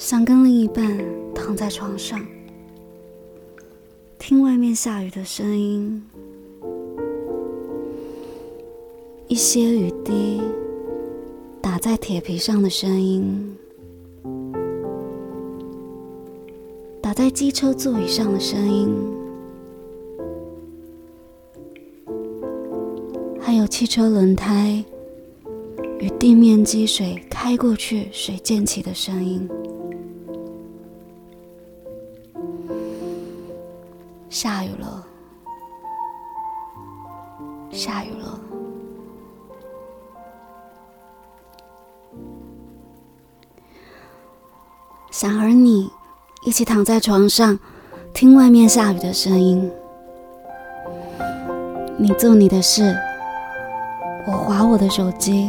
想跟另一半躺在床上，听外面下雨的声音，一些雨滴打在铁皮上的声音，打在机车座椅上的声音，还有汽车轮胎与地面积水开过去水溅起的声音。下雨了，下雨了。想和你一起躺在床上，听外面下雨的声音。你做你的事，我滑我的手机。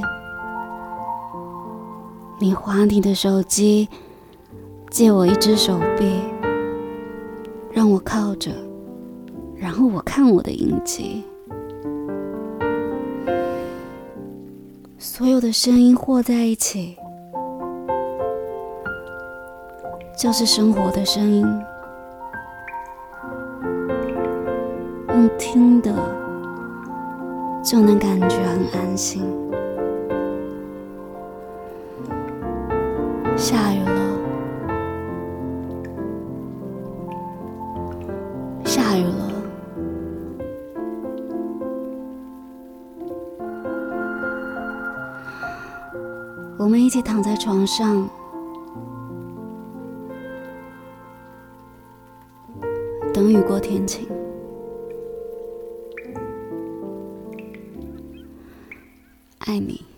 你滑你的手机，借我一只手臂，让我靠着，然后我看我的影集。所有的声音和在一起，就是生活的声音。用听的就能感觉很安心。下雨了，下雨了。我们一起躺在床上，等雨过天晴。爱你。